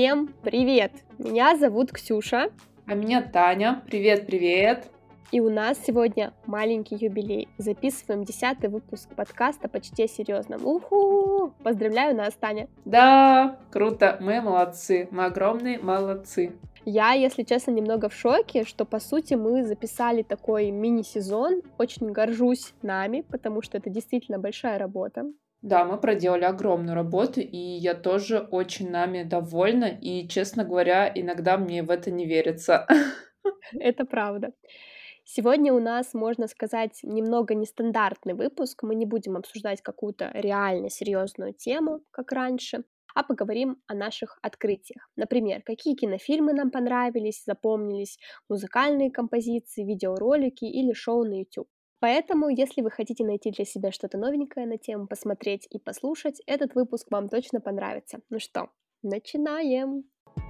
Всем привет! Меня зовут Ксюша, А меня Таня. Привет, привет. и у нас сегодня маленький юбилей. Записываем 10-й выпуск подкаста «Почти о серьезном». Уху! Поздравляю нас, Таня! Да, круто, мы молодцы, мы огромные молодцы. Я, если честно, немного в шоке, что, по сути, мы записали такой мини-сезон. Очень горжусь нами, потому что это действительно большая работа. Да, мы проделали огромную работу, и я тоже очень нами довольна, и, честно говоря, иногда мне в это не верится. Это правда. Сегодня у нас, можно сказать, немного нестандартный выпуск. Мы не будем обсуждать какую-то реально серьезную тему, как раньше, а поговорим о наших открытиях. Например, какие кинофильмы нам понравились, запомнились, музыкальные композиции, видеоролики или шоу на YouTube. Поэтому, если вы хотите найти для себя что-то новенькое на тему, посмотреть и послушать, этот выпуск вам точно понравится. Ну что, начинаем!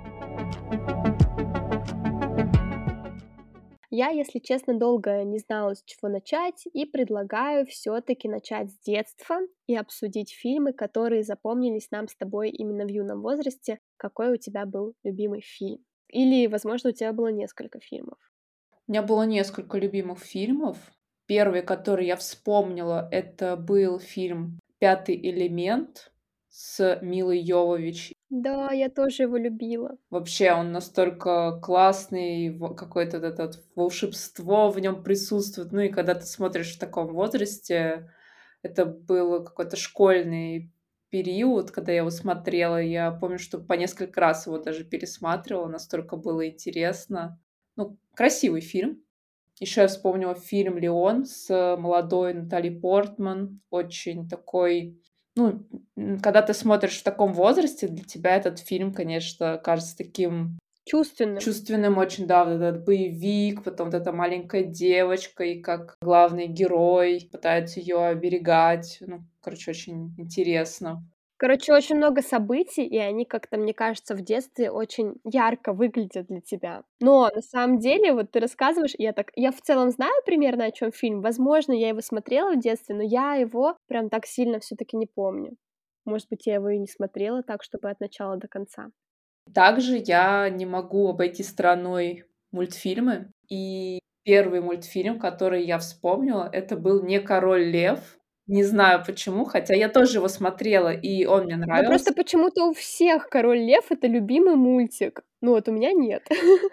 Я, если честно, долго не знала, с чего начать, и предлагаю все-таки начать с детства и обсудить фильмы, которые запомнились нам с тобой именно в юном возрасте. Какой у тебя был любимый фильм? Или, возможно, у тебя было несколько фильмов. У меня было несколько любимых фильмов. Первый, который я вспомнила, это был фильм «Пятый элемент» с Милой Йовович. Да, я тоже его любила. Вообще, он настолько классный, какое-то волшебство в нем присутствует. Ну и когда ты смотришь в таком возрасте, это был какой-то школьный период, когда я его смотрела. Я помню, что по несколько раз его даже пересматривала, настолько было интересно. Ну, красивый фильм. Еще я вспомнила фильм «Леон» с молодой Натали Портман. Очень такой... Ну, когда ты смотришь в таком возрасте, для тебя этот фильм, конечно, кажется таким Чувственным. чувственным очень, да, вот этот боевик, потом вот эта маленькая девочка, и как главный герой пытается ее оберегать. Ну, короче, очень интересно. Короче, очень много событий, и они как-то, мне кажется, в детстве очень ярко выглядят для тебя. Но на самом деле, вот ты рассказываешь, и я в целом знаю примерно, о чем фильм. Возможно, я его смотрела в детстве, но я его прям так сильно все-таки не помню. Может быть, я его и не смотрела так, чтобы от начала до конца. Также я не могу обойти стороной мультфильмы. И первый мультфильм, который я вспомнила, это был не «Король лев». Не знаю почему, хотя я тоже его смотрела, и он мне Да просто нравился. почему-то у всех «Король лев» — это любимый мультик. Ну вот у меня нет.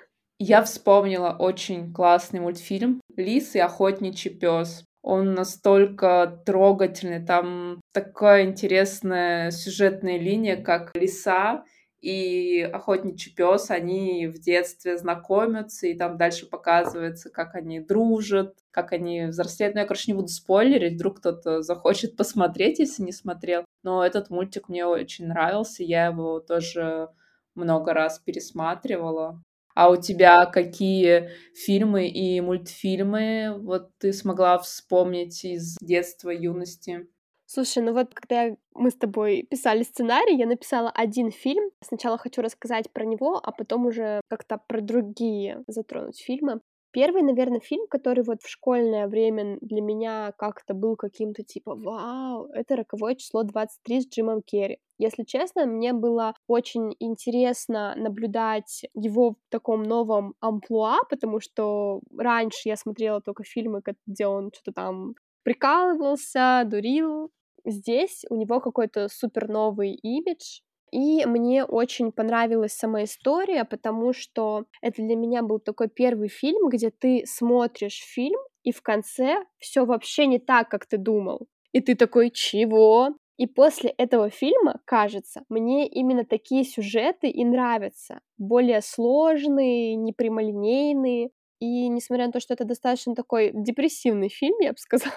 Я вспомнила очень классный мультфильм «Лис и охотничий пес». Он настолько трогательный, там такая интересная сюжетная линия, как лиса и охотничий пес, они в детстве знакомятся, и там дальше показывается, как они дружат, как они взрослеют. Ну, я, короче, не буду спойлерить, вдруг кто-то захочет посмотреть, если не смотрел. Но этот мультик мне очень нравился, я его тоже много раз пересматривала. А у тебя какие фильмы и мультфильмы вот ты смогла вспомнить из детства, юности? Слушай, ну вот когда мы с тобой писали сценарий, я написала один фильм. Сначала хочу рассказать про него, а потом уже как-то про другие затронуть фильмы. Первый, наверное, фильм, который вот в школьное время для меня как-то был каким-то типа «Вау!» — это «Роковое число 23» с Джимом Керри. Если честно, мне было очень интересно наблюдать его в таком новом амплуа, потому что раньше я смотрела только фильмы, где он что-то там прикалывался, дурил. Здесь у него какой-то супер новый имидж, и мне очень понравилась сама история, потому что это для меня был такой первый фильм, где ты смотришь фильм, и в конце все вообще не так, как ты думал. И ты такой: «Чего?» И после этого фильма, кажется, мне именно такие сюжеты и нравятся. Более сложные, непрямолинейные. И несмотря на то, что это достаточно такой депрессивный фильм, я бы сказала,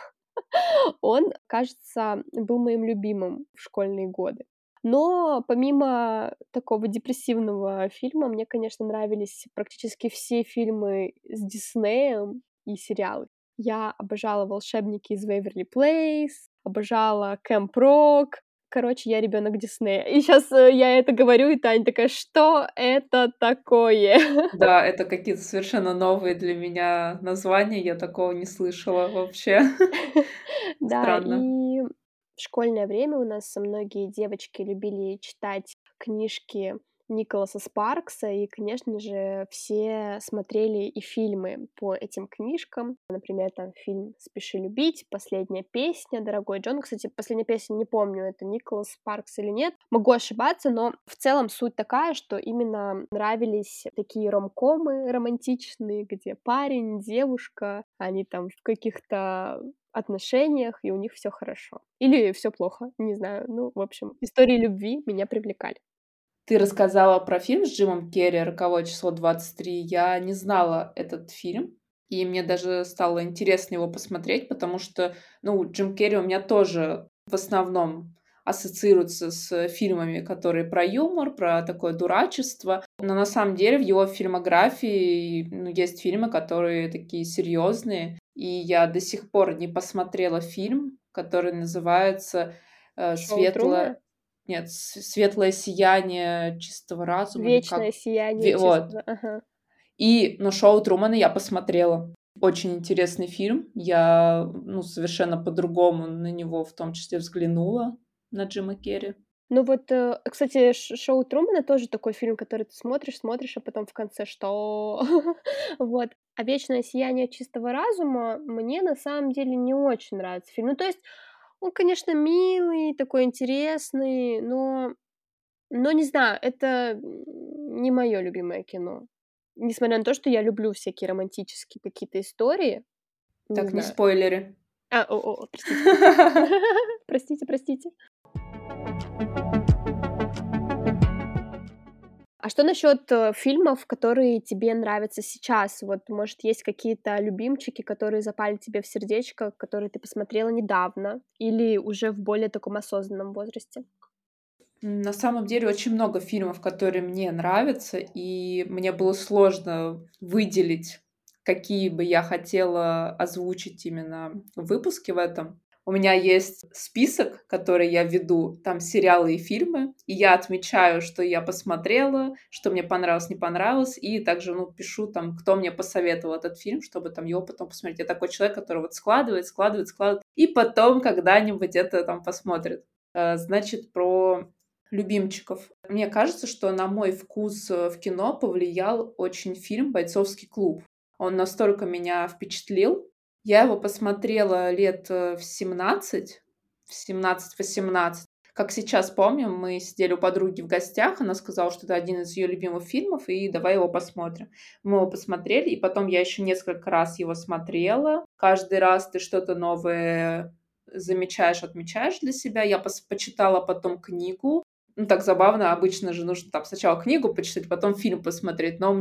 он, кажется, был моим любимым в школьные годы. Но помимо такого депрессивного фильма, мне, конечно, нравились практически все фильмы с Диснеем и сериалы. Я обожала «Волшебники из Вэйверли Плейс», обожала «Кэмп Рок». Короче, я ребенок Диснея. И сейчас я это говорю, и Таня такая: «Что это такое?» Да, это какие-то совершенно новые для меня названия, я такого не слышала вообще. Да, Странно. и в школьное время у нас многие девочки любили читать книжки Николаса Спаркса, и, конечно же, все смотрели и фильмы по этим книжкам. Например, там фильм «Спеши любить», «Последняя песня», «Дорогой Джон». Кстати, «Последняя песня» не помню, это Николас Спаркс или нет. Могу ошибаться, но в целом суть такая, что именно нравились такие ромкомы романтичные, где парень, девушка, они там в каких-то отношениях, и у них все хорошо. Или все плохо, не знаю. Ну, в общем, истории любви меня привлекали. Ты рассказала про фильм с Джимом Керри «Роковое число 23». Я не знала этот фильм, и мне даже стало интересно его посмотреть, потому что, ну, Джим Керри у меня тоже в основном ассоциируется с фильмами, которые про юмор, про такое дурачество. Но на самом деле в его фильмографии, ну, есть фильмы, которые такие серьезные, и я до сих пор не посмотрела фильм, который называется Шоу Трумана? «Светлое...» Нет, "Светлое сияние чистого разума" или Вечное как? сияние Вот. чистого, ага. Но "Шоу Трумана" я посмотрела. Очень интересный фильм. Я, ну, совершенно по-другому на него в том числе взглянула, на Джима Керри. Ну вот, кстати, "Шоу Трумана" тоже такой фильм, который ты смотришь, а потом в конце: "Что?" Вот. А "Вечное сияние чистого разума" мне на самом деле не очень нравится фильм. Ну, то есть он, конечно, милый, такой интересный, но не знаю, это не мое любимое кино. Несмотря на то, что я люблю всякие романтические какие-то истории, не Так, не знаю. спойлери. Простите, простите. Простите, простите. А что насчет фильмов, которые тебе нравятся сейчас? Вот, может, есть какие-то любимчики, которые запали тебе в сердечко, которые ты посмотрела недавно или уже в более таком осознанном возрасте? На самом деле очень много фильмов, которые мне нравятся, и мне было сложно выделить, какие бы я хотела озвучить именно в выпуске в этом. У меня есть список, который я веду, там сериалы и фильмы, и я отмечаю, что я посмотрела, что мне понравилось, не понравилось, и также, ну, пишу там, кто мне посоветовал этот фильм, чтобы там его потом посмотреть. Я такой человек, который вот складывает, и потом когда-нибудь это там посмотрит. Значит, про любимчиков. Мне кажется, что на мой вкус в кино повлиял очень фильм «Бойцовский клуб». Он настолько меня впечатлил. Я его посмотрела лет в 17, в 17-18. Как сейчас помню, мы сидели у подруги в гостях, она сказала, что это один из ее любимых фильмов, и давай его посмотрим. Мы его посмотрели, и потом я еще несколько раз его смотрела. Каждый раз ты что-то новое замечаешь, отмечаешь для себя. Я почитала потом книгу. Ну, так забавно, обычно же нужно там сначала книгу почитать, потом фильм посмотреть, но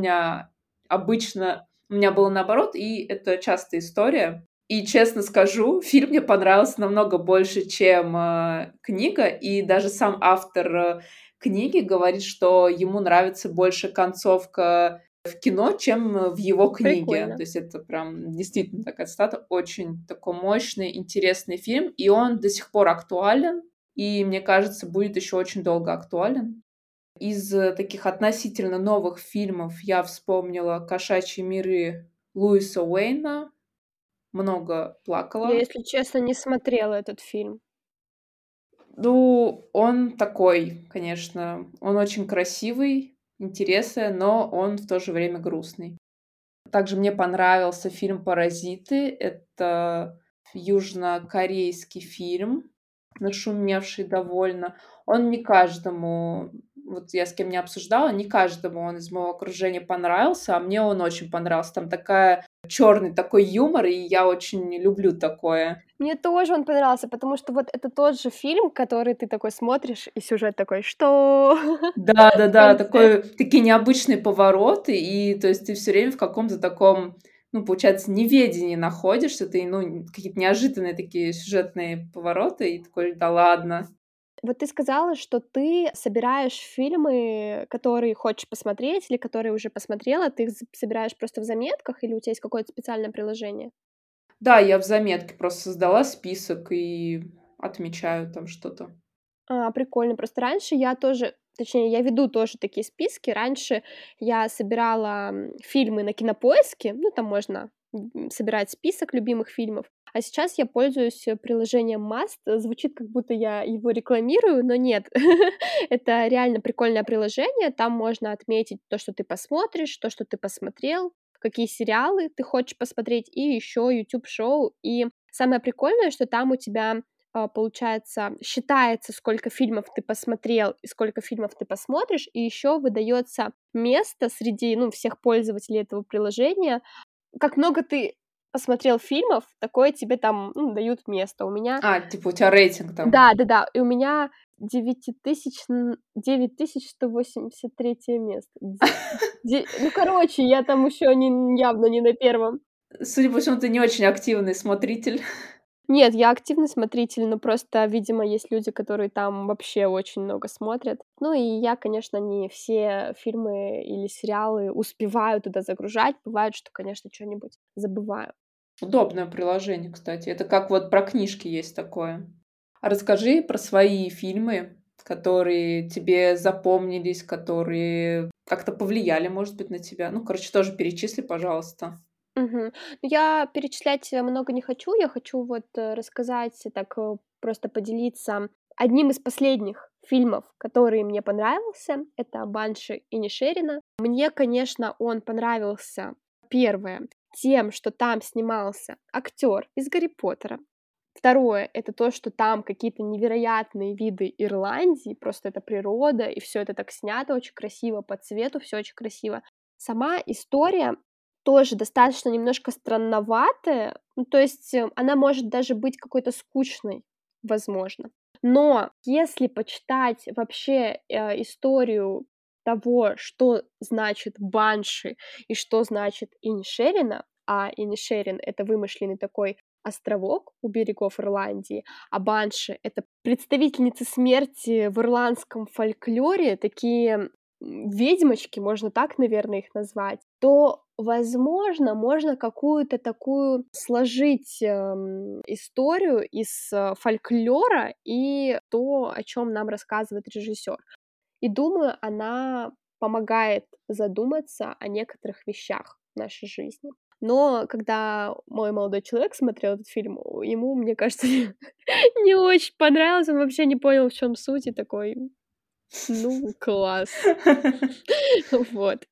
у меня было наоборот, и это частая история. И честно скажу, фильм мне понравился намного больше, чем книга, и даже сам автор книги говорит, что ему нравится больше концовка в кино, чем в его книге. Прикольно. То есть это прям действительно такая цитата. Очень такой мощный, интересный фильм, и он до сих пор актуален, и, мне кажется, будет еще очень долго актуален. Из таких относительно новых фильмов я вспомнила «Кошачьи миры» Луиса Уэйна. Много Я, плакала. если честно, не смотрела этот фильм. Ну, он такой, конечно, он очень красивый, интересный, но он в то же время грустный. Также мне понравился фильм «Паразиты». Это южнокорейский фильм, нашумевший довольно. Он не каждому, вот я с кем не обсуждала, не каждому он из моего окружения понравился, а мне он очень понравился. Там черный такой юмор, и я очень люблю такое. Мне тоже он понравился, потому что вот это тот же фильм, который ты такой смотришь, и сюжет такой: "Что?" В Да-да-да, конце. такие необычные повороты, и то есть ты все время в каком-то таком, ну, получается, неведении находишься, ты, ну, какие-то неожиданные такие сюжетные повороты, и такой: "Да ладно". Вот ты сказала, что ты собираешь фильмы, которые хочешь посмотреть или которые уже посмотрела. Ты их собираешь просто в заметках или у тебя есть какое-то специальное приложение? Да, я в заметке просто создала список и отмечаю там что-то. Прикольно. Просто раньше я тоже, точнее, я веду тоже такие списки. Раньше я собирала, фильмы на Кинопоиске, ну, там можно, собирать список любимых фильмов. А сейчас я пользуюсь приложением Must. Звучит, как будто я его рекламирую, но нет. Это реально прикольное приложение. Там можно отметить то, что ты посмотришь, то, что ты посмотрел, какие сериалы ты хочешь посмотреть, и еще YouTube-шоу. И самое прикольное, что там у тебя получается, считается, сколько фильмов ты посмотрел и сколько фильмов ты посмотришь, и еще выдается место среди, ну, всех пользователей этого приложения, как много ты посмотрел фильмов, такое тебе там, ну, дают место. У меня Типа у тебя рейтинг там. да, и у меня 9183 место. Ну, короче, я там еще явно не на первом. Судя по всему, ты не очень активный смотритель. Нет, я активный смотритель, но просто, видимо, есть люди, которые там вообще очень много смотрят. Ну и я, конечно, не все фильмы или сериалы успеваю туда загружать. Бывает, что, конечно, что-нибудь забываю. Удобное приложение, кстати. Это как вот про книжки есть такое. А расскажи про свои фильмы, которые тебе запомнились, которые как-то повлияли, может быть, на тебя. Ну, короче, тоже перечисли, пожалуйста. Мгм. Ну, я перечислять много не хочу. Я хочу вот рассказать, так просто поделиться одним из последних фильмов, который мне понравился. Это «Банши Инишерина». Мне, конечно, он понравился, первое, тем, что там снимался актер из «Гарри Поттера». Второе — это то, что там какие-то невероятные виды Ирландии, просто это природа, и все это так снято очень красиво, по цвету все очень красиво. Сама история тоже достаточно немножко странноватая, ну, то есть, она может даже быть какой-то скучной, возможно. Но если почитать вообще, историю того, что значит банши и что значит инишерина, а инишерин — это вымышленный такой островок у берегов Ирландии, а банши — это представительницы смерти в ирландском фольклоре, такие ведьмочки, можно так, наверное, их назвать, то, возможно, можно какую-то такую сложить историю из фольклора и то, о чем нам рассказывает режиссер. И думаю, она помогает задуматься о некоторых вещах в нашей жизни. Но когда мой молодой человек смотрел этот фильм, ему, мне кажется, не очень понравилось, он вообще не понял, в чем суть, и такой: "Ну, класс". Вот.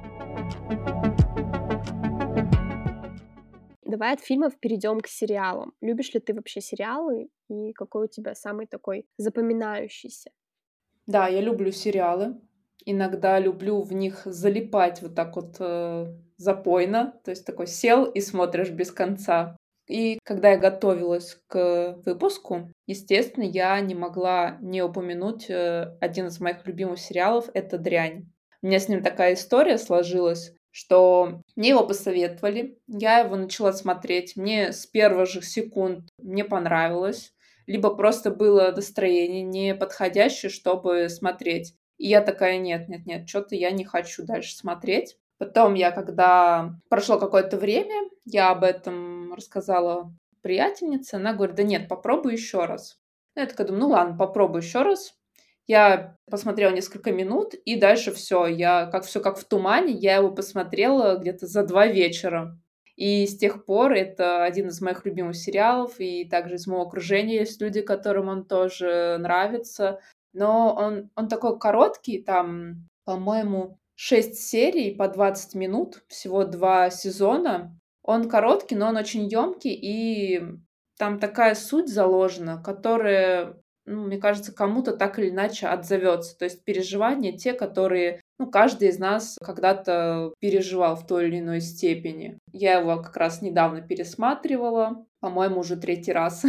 Давай от фильмов перейдем к сериалам. Любишь ли ты вообще сериалы, и какой у тебя самый такой запоминающийся? Да, я люблю сериалы. Иногда люблю в них залипать вот так вот запойно. То есть такой сел и смотришь без конца. И когда я готовилась к выпуску, естественно, я не могла не упомянуть один из моих любимых сериалов — это «Дрянь». У меня с ним такая история сложилась, что мне его посоветовали, я его начала смотреть, мне с первых же секунд мне понравилось, либо просто было настроение неподходящее, чтобы смотреть. И я такая: нет, нет, нет, что-то я не хочу дальше смотреть. Потом я, когда прошло какое-то время, я об этом рассказала приятельнице, она говорит: да нет, попробуй еще раз. Я такая думаю: ну ладно, попробуй еще раз. Я посмотрела несколько минут, и дальше все как в тумане, я его посмотрела где-то за 2 вечера. И с тех пор это один из моих любимых сериалов, и также из моего окружения есть люди, которым он тоже нравится. Но он такой короткий, там, по-моему, 6 серий по 20 минут, всего 2 сезона. Он короткий, но он очень емкий, и там такая суть заложена, которая, ну, мне кажется, кому-то так или иначе отзовется. То есть переживания те, которые, ну, каждый из нас когда-то переживал в той или иной степени. Я его как раз недавно пересматривала, по-моему, уже 3-й раз.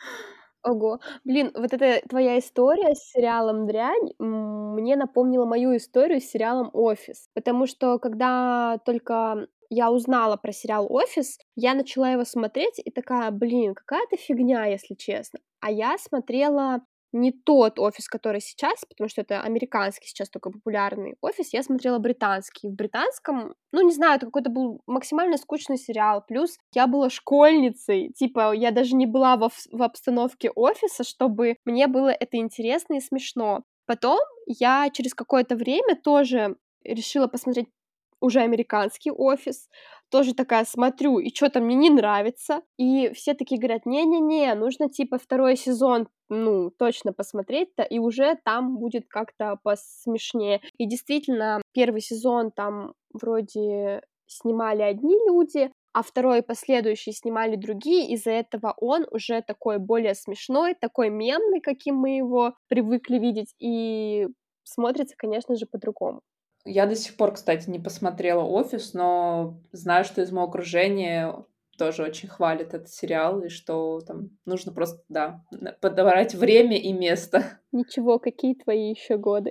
Ого. Блин, вот эта твоя история с сериалом "Дрянь", мне напомнила мою историю с сериалом "Офис". Потому что, когда только я узнала про сериал "Офис", я начала его смотреть и такая: "Блин, какая-то фигня", если честно. А я смотрела не тот "Офис", который сейчас, потому что это американский сейчас только популярный "Офис", я смотрела британский. В британском, ну, не знаю, это какой-то был максимально скучный сериал. Плюс я была школьницей, типа, я даже не была в обстановке офиса, чтобы мне было это интересно и смешно. Потом я через какое-то время тоже решила посмотреть уже американский "Офис", тоже такая смотрю, и что то мне не нравится. И все такие говорят: "Не-не-не, нужно типа второй сезон, ну, точно посмотреть-то, и уже там будет как-то посмешнее". И действительно, первый сезон там вроде снимали одни люди, а второй и последующий снимали другие. Из-за этого он уже такой более смешной, такой мемный, каким мы его привыкли видеть, и смотрится, конечно же, по-другому. Я до сих пор, кстати, не посмотрела "Офис", но знаю, что из моего окружения тоже очень хвалят этот сериал, и что там нужно просто, да, подобрать время и место. Ничего, какие твои еще годы?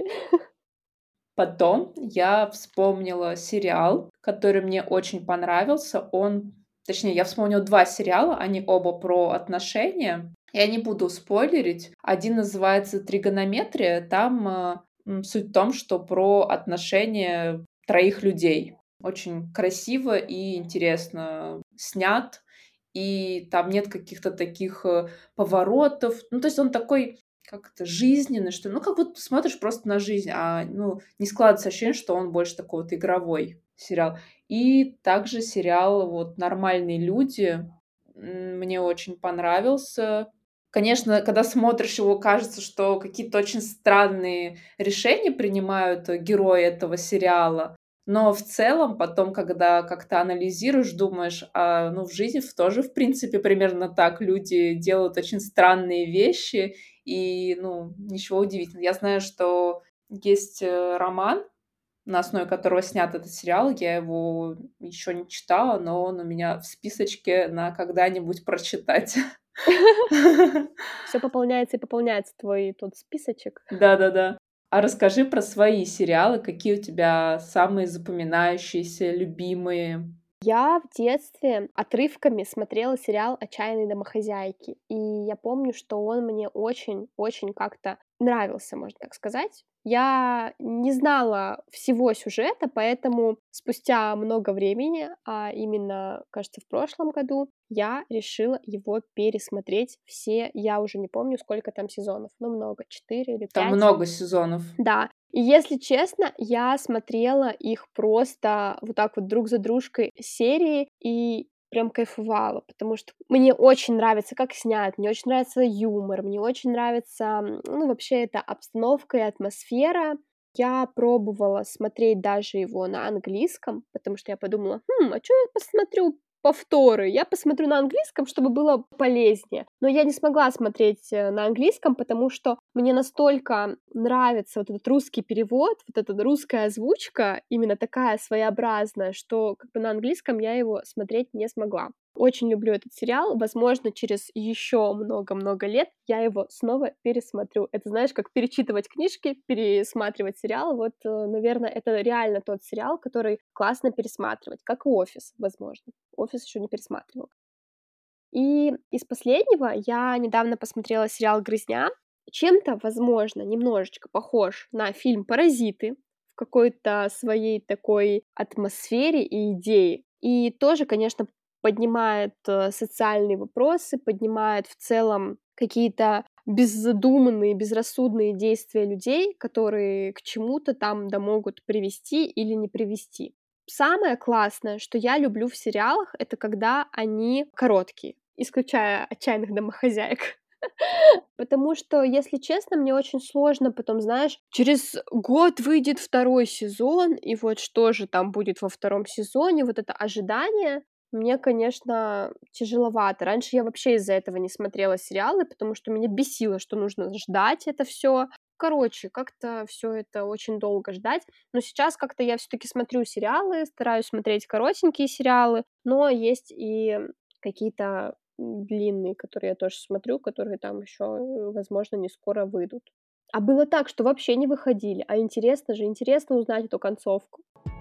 Потом я вспомнила сериал, который мне очень понравился. Точнее, я вспомнила 2 сериала, они оба про отношения. Я не буду спойлерить. Один называется "Тригонометрия". Там, суть в том, что про отношения троих людей. Очень красиво и интересно снят, и там нет каких-то таких, поворотов. Ну, то есть он такой, как это, жизненный, что ли. Ну, как будто ты смотришь просто на жизнь, ну, не складывается ощущение, что он больше такой вот игровой сериал. И также сериал вот "Нормальные люди", мне очень понравился. Конечно, когда смотришь его, кажется, что какие-то очень странные решения принимают герои этого сериала. Но в целом потом, когда как-то анализируешь, думаешь, ну, в жизни тоже, в принципе, примерно так люди делают очень странные вещи, и, ну, ничего удивительного. Я знаю, что есть роман, на основе которого снят этот сериал. Я его еще не читала, но он у меня в списочке на когда-нибудь прочитать. Все пополняется и пополняется твой тот списочек. Да-да-да. А расскажи про свои сериалы, какие у тебя самые запоминающиеся, любимые? Я в детстве отрывками смотрела сериал "Отчаянные домохозяйки", и я помню, что он мне очень-очень как-то нравился, можно так сказать. Я не знала всего сюжета, поэтому спустя много времени, а именно, кажется, в прошлом году, я решила его пересмотреть все. Я уже не помню, сколько там сезонов, но много, 4 или Там 5. много сезонов. Да, и если честно, я смотрела их просто вот так вот друг за дружкой серии и прям кайфовала, потому что мне очень нравится, как снят, мне очень нравится юмор, мне очень нравится, ну, вообще эта обстановка и атмосфера. Я пробовала смотреть даже его на английском, потому что я подумала: а чё я посмотрю повторы? Я посмотрю на английском, чтобы было полезнее. Но я не смогла смотреть, на английском, потому что мне настолько нравится вот этот русский перевод, вот эта русская озвучка, именно такая своеобразная, что как бы на английском я его смотреть не смогла. Очень люблю этот сериал. Возможно, через еще много-много лет я его снова пересмотрю. Это, знаешь, как перечитывать книжки, пересматривать сериалы. Вот, наверное, это реально тот сериал, который классно пересматривать, как и "Офис", возможно. "Офис" еще не пересматривала. И из последнего я недавно посмотрела сериал "Грызня". Чем-то, возможно, немножечко похож на фильм "Паразиты" в какой-то своей такой атмосфере и идее. И тоже, конечно, поднимает, социальные вопросы, поднимает в целом какие-то беззадуманные, безрассудные действия людей, которые к чему-то там да могут привести или не привести. Самое классное, что я люблю в сериалах, это когда они короткие, исключая "Отчаянных домохозяек". Потому что, если честно, мне очень сложно потом, знаешь, через год выйдет второй сезон, и вот что же там будет во втором сезоне, вот это ожидание мне, конечно, тяжеловато. Раньше я вообще из-за этого не смотрела сериалы, потому что меня бесило, что нужно ждать это все. Короче, как-то все это очень долго ждать. Но сейчас как-то я все таки смотрю сериалы, стараюсь смотреть коротенькие сериалы, но есть и какие-то длинные, которые я тоже смотрю, которые там еще, возможно, не скоро выйдут. А было так, что вообще не выходили, а интересно же, интересно узнать эту концовку.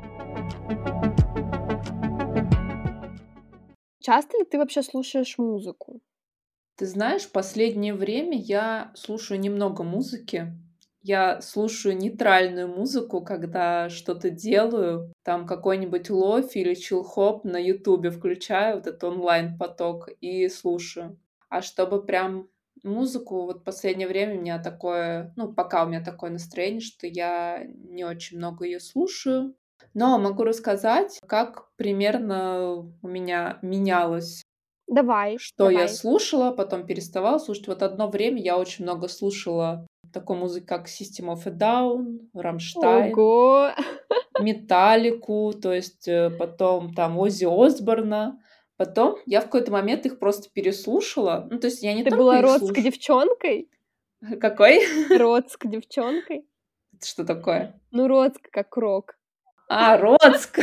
Часто ли ты вообще слушаешь музыку? Ты знаешь, в последнее время я слушаю немного музыки. Я слушаю нейтральную музыку, когда что-то делаю, там какой-нибудь лофи или чил-хоп на "Ютубе" включаю, вот этот онлайн-поток, и слушаю. А чтобы прям музыку, вот в последнее время у меня такое, ну, пока у меня такое настроение, что я не очень много ее слушаю. Но могу рассказать, как примерно у меня менялось, Давай, что я давай. слушала, потом переставала слушать. Вот одно время я очень много слушала такой музыки, как System of a Down, "Рамштайн", Ого! "Металлику", то есть, потом там Оззи Осборна. Потом я в какой-то момент их просто переслушала. Ну, то есть я не Ты только была их родской слушаю. девчонкой? Какой? Родской девчонкой? Это что такое? Ну, родска как рок. Родск.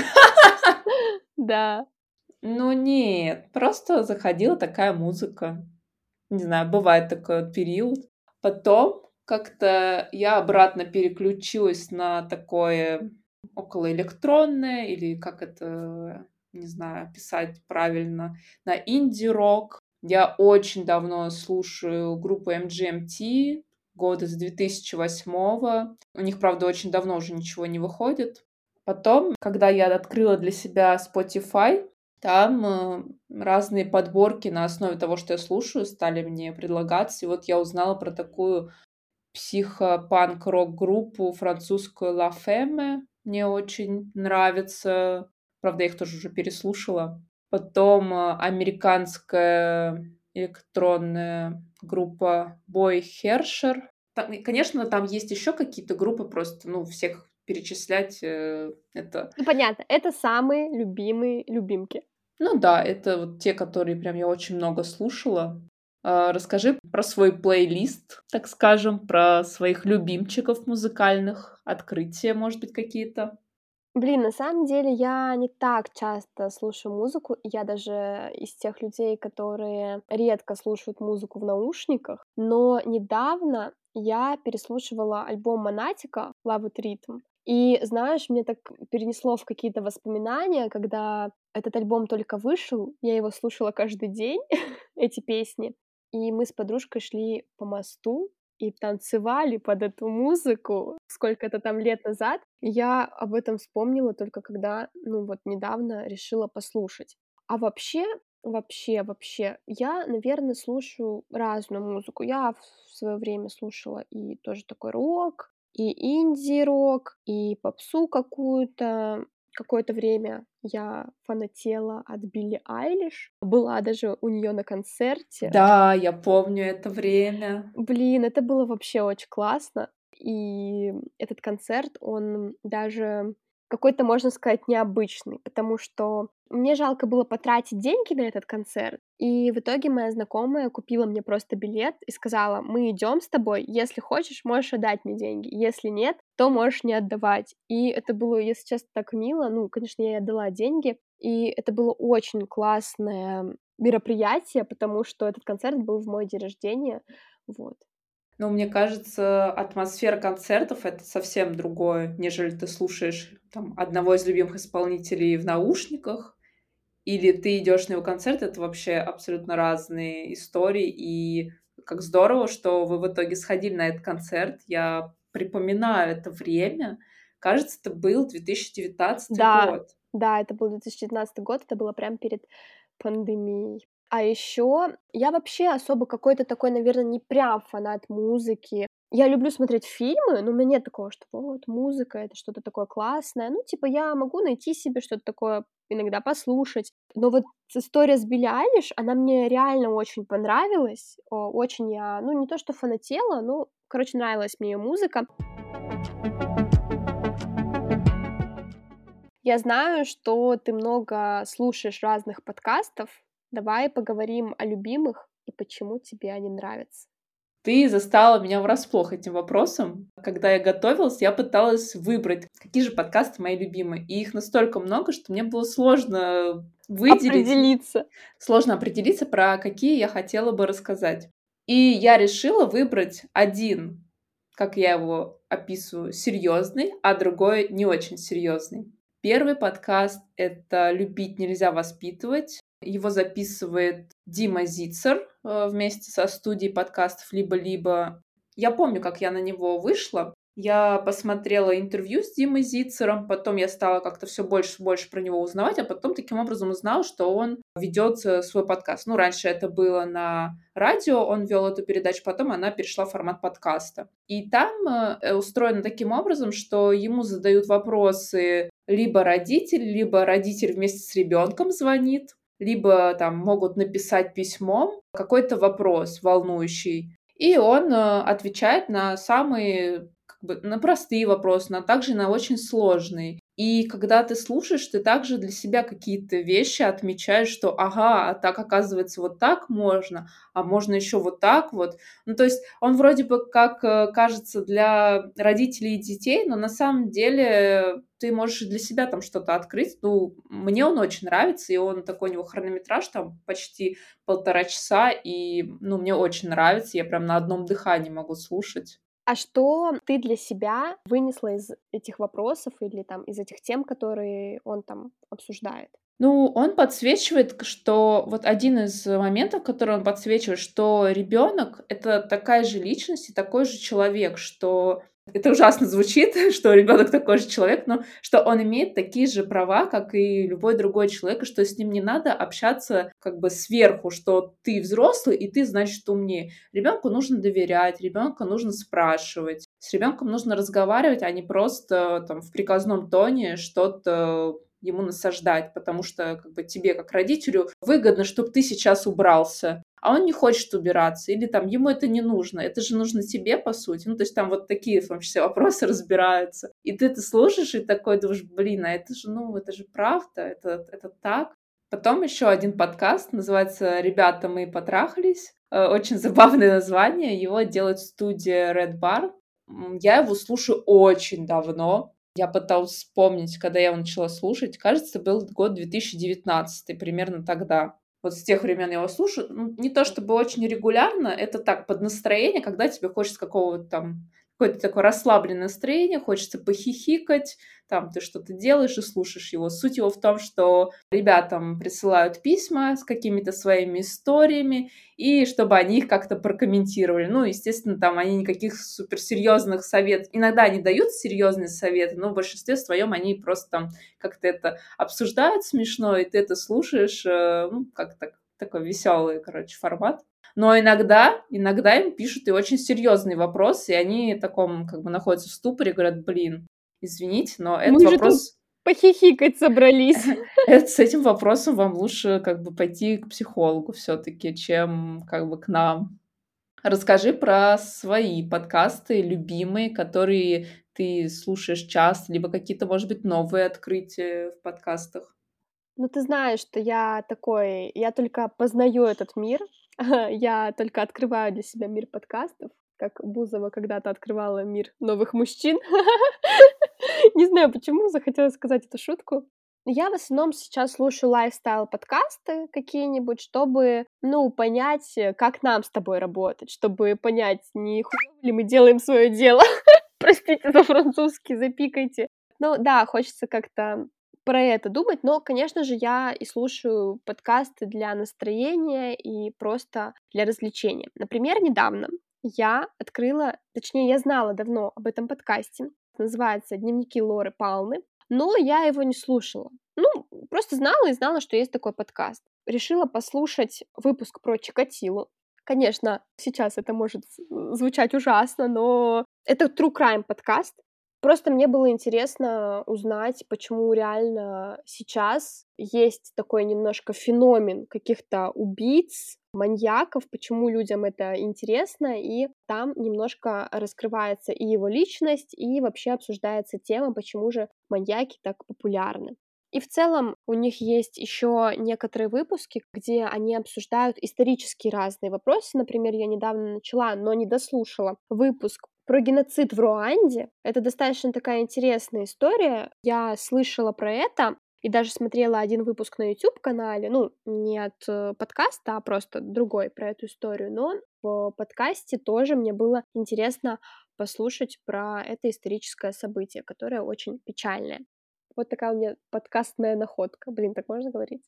Да. Ну нет, просто заходила такая музыка. Не знаю, бывает такой вот период. Потом как-то я обратно переключилась на такое околоэлектронное или как это, не знаю, описать правильно, на инди-рок. Я очень давно слушаю группу MGMT, года с 2008. У них, правда, очень давно уже ничего не выходит. Потом, когда я открыла для себя Spotify, там, разные подборки на основе того, что я слушаю, стали мне предлагаться. И вот я узнала про такую психо-панк-рок-группу французскую La Femme. Мне очень нравится. Правда, я их тоже уже переслушала. Потом, американская электронная группа Boy Hersher. Там, и, конечно, там есть еще какие-то группы, просто, ну, всех перечислять, это Ну, понятно, это самые любимые любимки. ну да, это вот те, которые прям я очень много слушала. Расскажи про свой плейлист, так скажем, про своих любимчиков музыкальных, открытия, может быть, какие-то. Блин, на самом деле я не так часто слушаю музыку. Я даже из тех людей, которые редко слушают музыку в наушниках. Но недавно я переслушивала альбом Монатика "Love with Rhythm". И знаешь, мне так перенесло в какие-то воспоминания, когда этот альбом только вышел. Я его слушала каждый день, эти песни. И мы с подружкой шли по мосту и танцевали под эту музыку. Сколько это там лет назад. И я об этом вспомнила только когда, ну, вот недавно решила послушать. А вообще, я, наверно, слушаю разную музыку. Я в своё время слушала и тоже такой рок, и инди-рок, и попсу какую-то. Какое-то время я фанатела от Билли Айлиш. Была даже у неё на концерте. Да, я помню это время. Блин, это было вообще очень классно. И этот концерт, он даже какой-то, можно сказать, необычный, потому что мне жалко было потратить деньги на этот концерт. И в итоге моя знакомая купила мне просто билет и сказала: "Мы идем с тобой, если хочешь, можешь отдать мне деньги, если нет, то можешь не отдавать". И это было, если честно, так мило. Ну, конечно, я ей отдала деньги, и это было очень классное мероприятие, потому что этот концерт был в мой день рождения. Вот. Но мне кажется, атмосфера концертов — это совсем другое, нежели ты слушаешь там одного из любимых исполнителей в наушниках, или ты идешь на его концерт. Это вообще абсолютно разные истории. И как здорово, что вы в итоге сходили на этот концерт. Я припоминаю это время. Кажется, это был 2019 Да, год. да, это был 2019 год, это было прям перед пандемией. А еще я вообще особо какой-то такой, наверно, не прям фанат музыки. Я люблю смотреть фильмы, но у меня нет такого, что вот музыка — это что-то такое классное. Ну, типа, я могу найти себе что-то такое иногда послушать. Но вот история с Билли Айлиш, она мне реально очень понравилась. Очень я, ну, не то что фанатела, ну, короче, нравилась мне её музыка. Я знаю, что ты много слушаешь разных подкастов. Давай поговорим о любимых и почему тебе они нравятся. Ты застала меня врасплох этим вопросом. Когда я готовилась, я пыталась выбрать, какие же подкасты мои любимые. И их настолько много, что мне было сложно выделить, Определиться. сложно определиться, про какие я хотела бы рассказать. И я решила выбрать один, как я его описываю, серьезный, а другой не очень серьезный. Первый подкаст — это "Любить нельзя воспитывать". Его записывает Дима Зицер, вместе со студией подкастов "Либо-либо". Я помню, как я на него вышла. Я посмотрела интервью с Димой Зицером, потом я стала как-то все больше и больше про него узнавать, а потом таким образом узнала, что он ведет свой подкаст. Ну, раньше это было на радио, он вел эту передачу, потом она перешла в формат подкаста. И там устроено таким образом, что ему задают вопросы либо родитель вместе с ребенком звонит, либо там могут написать письмом какой-то вопрос волнующий, и он отвечает на самые как бы на простые вопросы, но также на очень сложные. И когда ты слушаешь, ты также для себя какие-то вещи отмечаешь, что ага, а так оказывается вот так можно, а можно еще вот так вот. Ну, то есть он вроде бы как кажется для родителей и детей, но на самом деле ты можешь и для себя там что-то открыть. Ну, мне он очень нравится, и он такой, у него хронометраж там почти 1,5 часа, и, ну, мне очень нравится, я прям на одном дыхании могу слушать. А что ты для себя вынесла из этих вопросов или там из этих тем, которые он там обсуждает? Ну, он подсвечивает, что вот один из моментов, который он подсвечивает, что ребенок это такая же личность и такой же человек, что это ужасно звучит, что ребенок такой же человек, но что он имеет такие же права, как и любой другой человек, и что с ним не надо общаться как бы сверху, что ты взрослый, и ты, значит, умнее. Ребенку нужно доверять, ребенка нужно спрашивать, с ребенком нужно разговаривать, а не просто там в приказном тоне что-то ему насаждать, потому что как бы тебе, как родителю, выгодно, чтобы ты сейчас убрался, а он не хочет убираться, или там ему это не нужно, это же нужно тебе, по сути. Ну, то есть там вот такие, в том числе, вопросы разбираются. И ты это слушаешь и такой думаешь, блин, а это же, ну, это же правда, это так. Потом еще один подкаст, называется «Ребята, мы потрахались». Очень забавное название, его делает студия Red Bar. Я его слушаю очень давно, я пыталась вспомнить, когда я его начала слушать. Кажется, был год 2019, примерно тогда. Вот с тех времен я его слушаю. Ну, не то чтобы очень регулярно, это так, под настроение, когда тебе хочется какого-то там какое-то такое расслабленное настроение, хочется похихикать, там ты что-то делаешь и слушаешь его. Суть его в том, что ребятам присылают письма с какими-то своими историями, и чтобы они их как-то прокомментировали. Ну, естественно, там они никаких суперсерьезных советов. Иногда они дают серьезные советы, но в большинстве своем они просто там как-то это обсуждают смешно, и ты это слушаешь, ну, как так, такой веселый, короче, формат. Но иногда им пишут и очень серьезные вопросы, и они в таком как бы находятся в ступоре, говорят, блин, извините, но этот Мы же тут вопрос похихикать собрались. с этим вопросом вам лучше как бы пойти к психологу все-таки, чем как бы к нам. Расскажи про свои подкасты любимые, которые ты слушаешь часто, либо какие-то, может быть, новые открытия в подкастах. Ну, ты знаешь, что я только познаю этот мир, я только открываю для себя мир подкастов, как Бузова когда-то открывала мир новых мужчин. Не знаю, почему захотелось сказать эту шутку. Я в основном сейчас слушаю лайфстайл-подкасты какие-нибудь, чтобы, ну, понять, как нам с тобой работать, чтобы понять, не хуёво ли мы делаем свое дело. Простите за французский, запикайте. Ну да, хочется как-то про это думать, но, конечно же, я и слушаю подкасты для настроения и просто для развлечения. Например, недавно я открыла, точнее, я знала давно об этом подкасте, называется «Дневники Лоры Палны», но я его не слушала. Ну, просто знала и знала, что есть такой подкаст. Решила послушать выпуск про Чикатило. Конечно, сейчас это может звучать ужасно, но это true crime подкаст. Просто мне было интересно узнать, почему реально сейчас есть такой немножко феномен каких-то убийц, маньяков, почему людям это интересно, и там немножко раскрывается и его личность, и вообще обсуждается тема, почему же маньяки так популярны. И в целом у них есть еще некоторые выпуски, где они обсуждают исторические разные вопросы. Например, я недавно начала, но не дослушала выпуск про геноцид в Руанде. Это достаточно такая интересная история. Я слышала про это и даже смотрела один выпуск на YouTube-канале, ну, не от подкаста, а просто другой про эту историю. Но в подкасте тоже мне было интересно послушать про это историческое событие, которое очень печальное. Вот такая у меня подкастная находка. Блин, так можно говорить?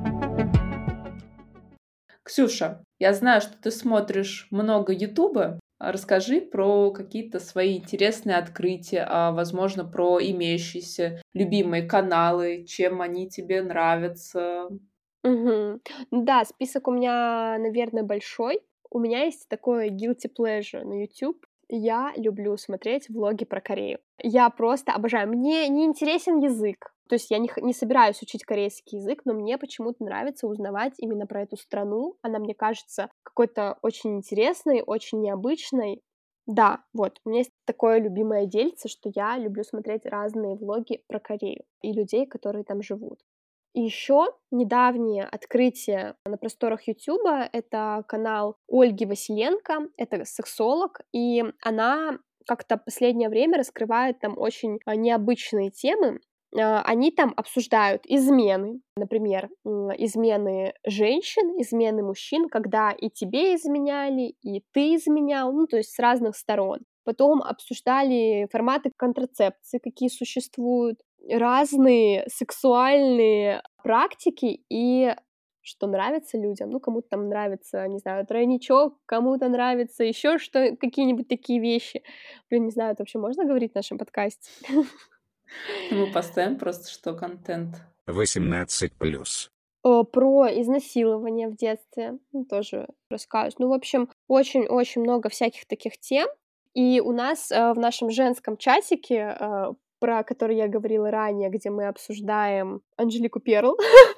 Ксюша, я знаю, что ты смотришь много Ютуба. Расскажи про какие-то свои интересные открытия, возможно, про имеющиеся любимые каналы, чем они тебе нравятся. Мгм. Да, список у меня, наверное, большой. У меня есть такое guilty pleasure на YouTube. Я люблю смотреть влоги про Корею. Я просто обожаю. Мне не интересен язык. То есть я не собираюсь учить корейский язык, но мне почему-то нравится узнавать именно про эту страну. Она мне кажется какой-то очень интересной, очень необычной. Да, вот, у меня есть такое любимое дельце, что я люблю смотреть разные влоги про Корею и людей, которые там живут. И еще недавнее открытие на просторах "Ютуба" — это канал Ольги Василенко. Это сексолог, и она как-то последнее время раскрывает там очень, необычные темы. Они там обсуждают измены, например, измены женщин, измены мужчин, когда и тебе изменяли, и ты изменял, ну, то есть с разных сторон. Потом обсуждали форматы контрацепции, какие существуют, разные сексуальные практики и что нравится людям. Ну, кому-то там нравится, не знаю, тройничок, кому-то нравится еще что какие-нибудь такие вещи. Блин, не знаю, это вообще можно говорить в нашем подкасте? Мы поставим просто, что контент. 18+. Про изнасилование в детстве, ну, тоже рассказывать. Ну, в общем, очень-очень много всяких таких тем. И у нас, в нашем женском чатике, про который я говорила ранее, где мы обсуждаем Анжелику Перл,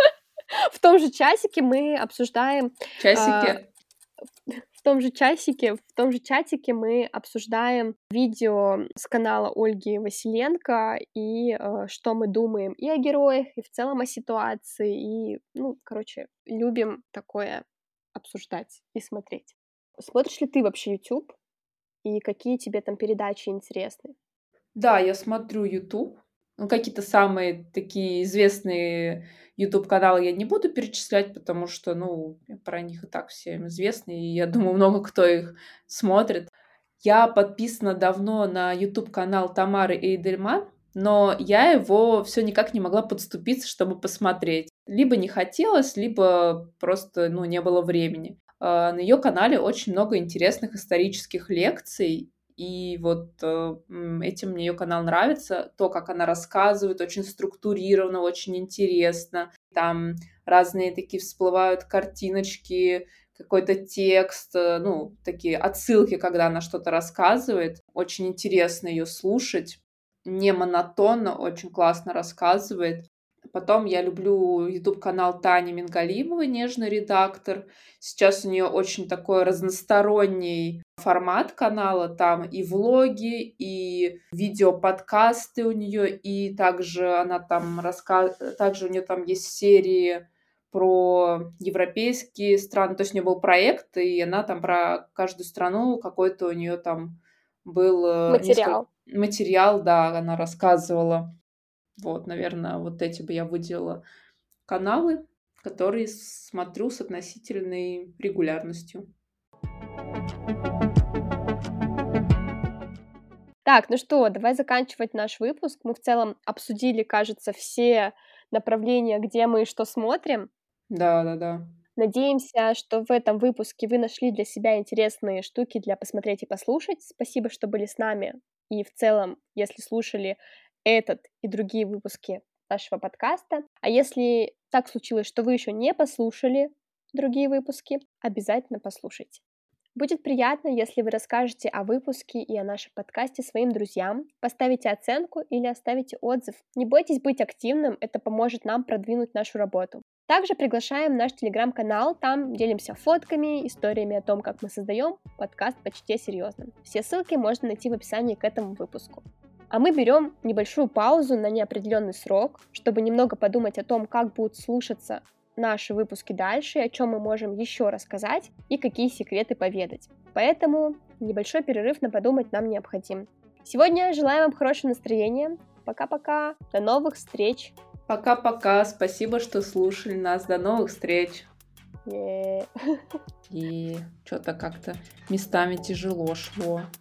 Часики. а, в том же чатике мы обсуждаем видео с канала Ольги Василенко и, что мы думаем и о героях, и в целом о ситуации. И, ну, короче, любим такое обсуждать и смотреть. Смотришь ли ты вообще YouTube? И какие тебе там передачи интересны? Да, я смотрю YouTube. Ну, какие-то самые такие известные YouTube-каналы я не буду перечислять, потому что, ну, про них и так всем известно, и я думаю, много кто их смотрит. Я подписана давно на YouTube-канал Тамары Эйдельман, но я его все никак не могла подступиться, чтобы посмотреть. Либо не хотелось, либо просто, ну, не было времени. На ее канале очень много интересных исторических лекций, и вот этим мне ее канал нравится. То, как она рассказывает, очень структурированно, очень интересно. Там разные такие всплывают картиночки, какой-то текст, ну, такие отсылки, когда она что-то рассказывает. Очень интересно ее слушать. Не монотонно, очень классно рассказывает. Потом я люблю YouTube-канал Тани Мингалимовой, «Нежный редактор». Сейчас у нее очень такой разносторонний формат канала. Там и влоги, и видеоподкасты у нее, и также она там также у нее там есть серии про европейские страны. То есть у нее был проект, и она там про каждую страну какой-то у нее там был несколько Материал. материал, да, она рассказывала. Вот, наверное, вот эти бы я выделила каналы, которые смотрю с относительной регулярностью. Так, ну что, давай заканчивать наш выпуск. Мы в целом обсудили, кажется, все направления, где мы и что смотрим. Да-да-да. Надеемся, что в этом выпуске вы нашли для себя интересные штуки для посмотреть и послушать. Спасибо, что были с нами. И в целом, если слушали этот и другие выпуски нашего подкаста. А если так случилось, что вы еще не послушали другие выпуски, обязательно послушайте. Будет приятно, если вы расскажете о выпуске и о нашем подкасте своим друзьям, поставите оценку или оставите отзыв. Не бойтесь быть активным, это поможет нам продвинуть нашу работу. Также приглашаем в наш телеграм-канал, там делимся фотками, историями о том, как мы создаем подкаст «Почти серьезно». Все ссылки можно найти в описании к этому выпуску. А мы берем небольшую паузу на неопределенный срок, чтобы немного подумать о том, как будут слушаться наши выпуски дальше, о чем мы можем еще рассказать и какие секреты поведать. Поэтому небольшой перерыв на подумать нам необходим. Сегодня желаем вам хорошего настроения. Пока-пока. До новых встреч. Пока-пока. Спасибо, что слушали нас. До новых встреч. Е-е. И что-то как-то местами тяжело шло.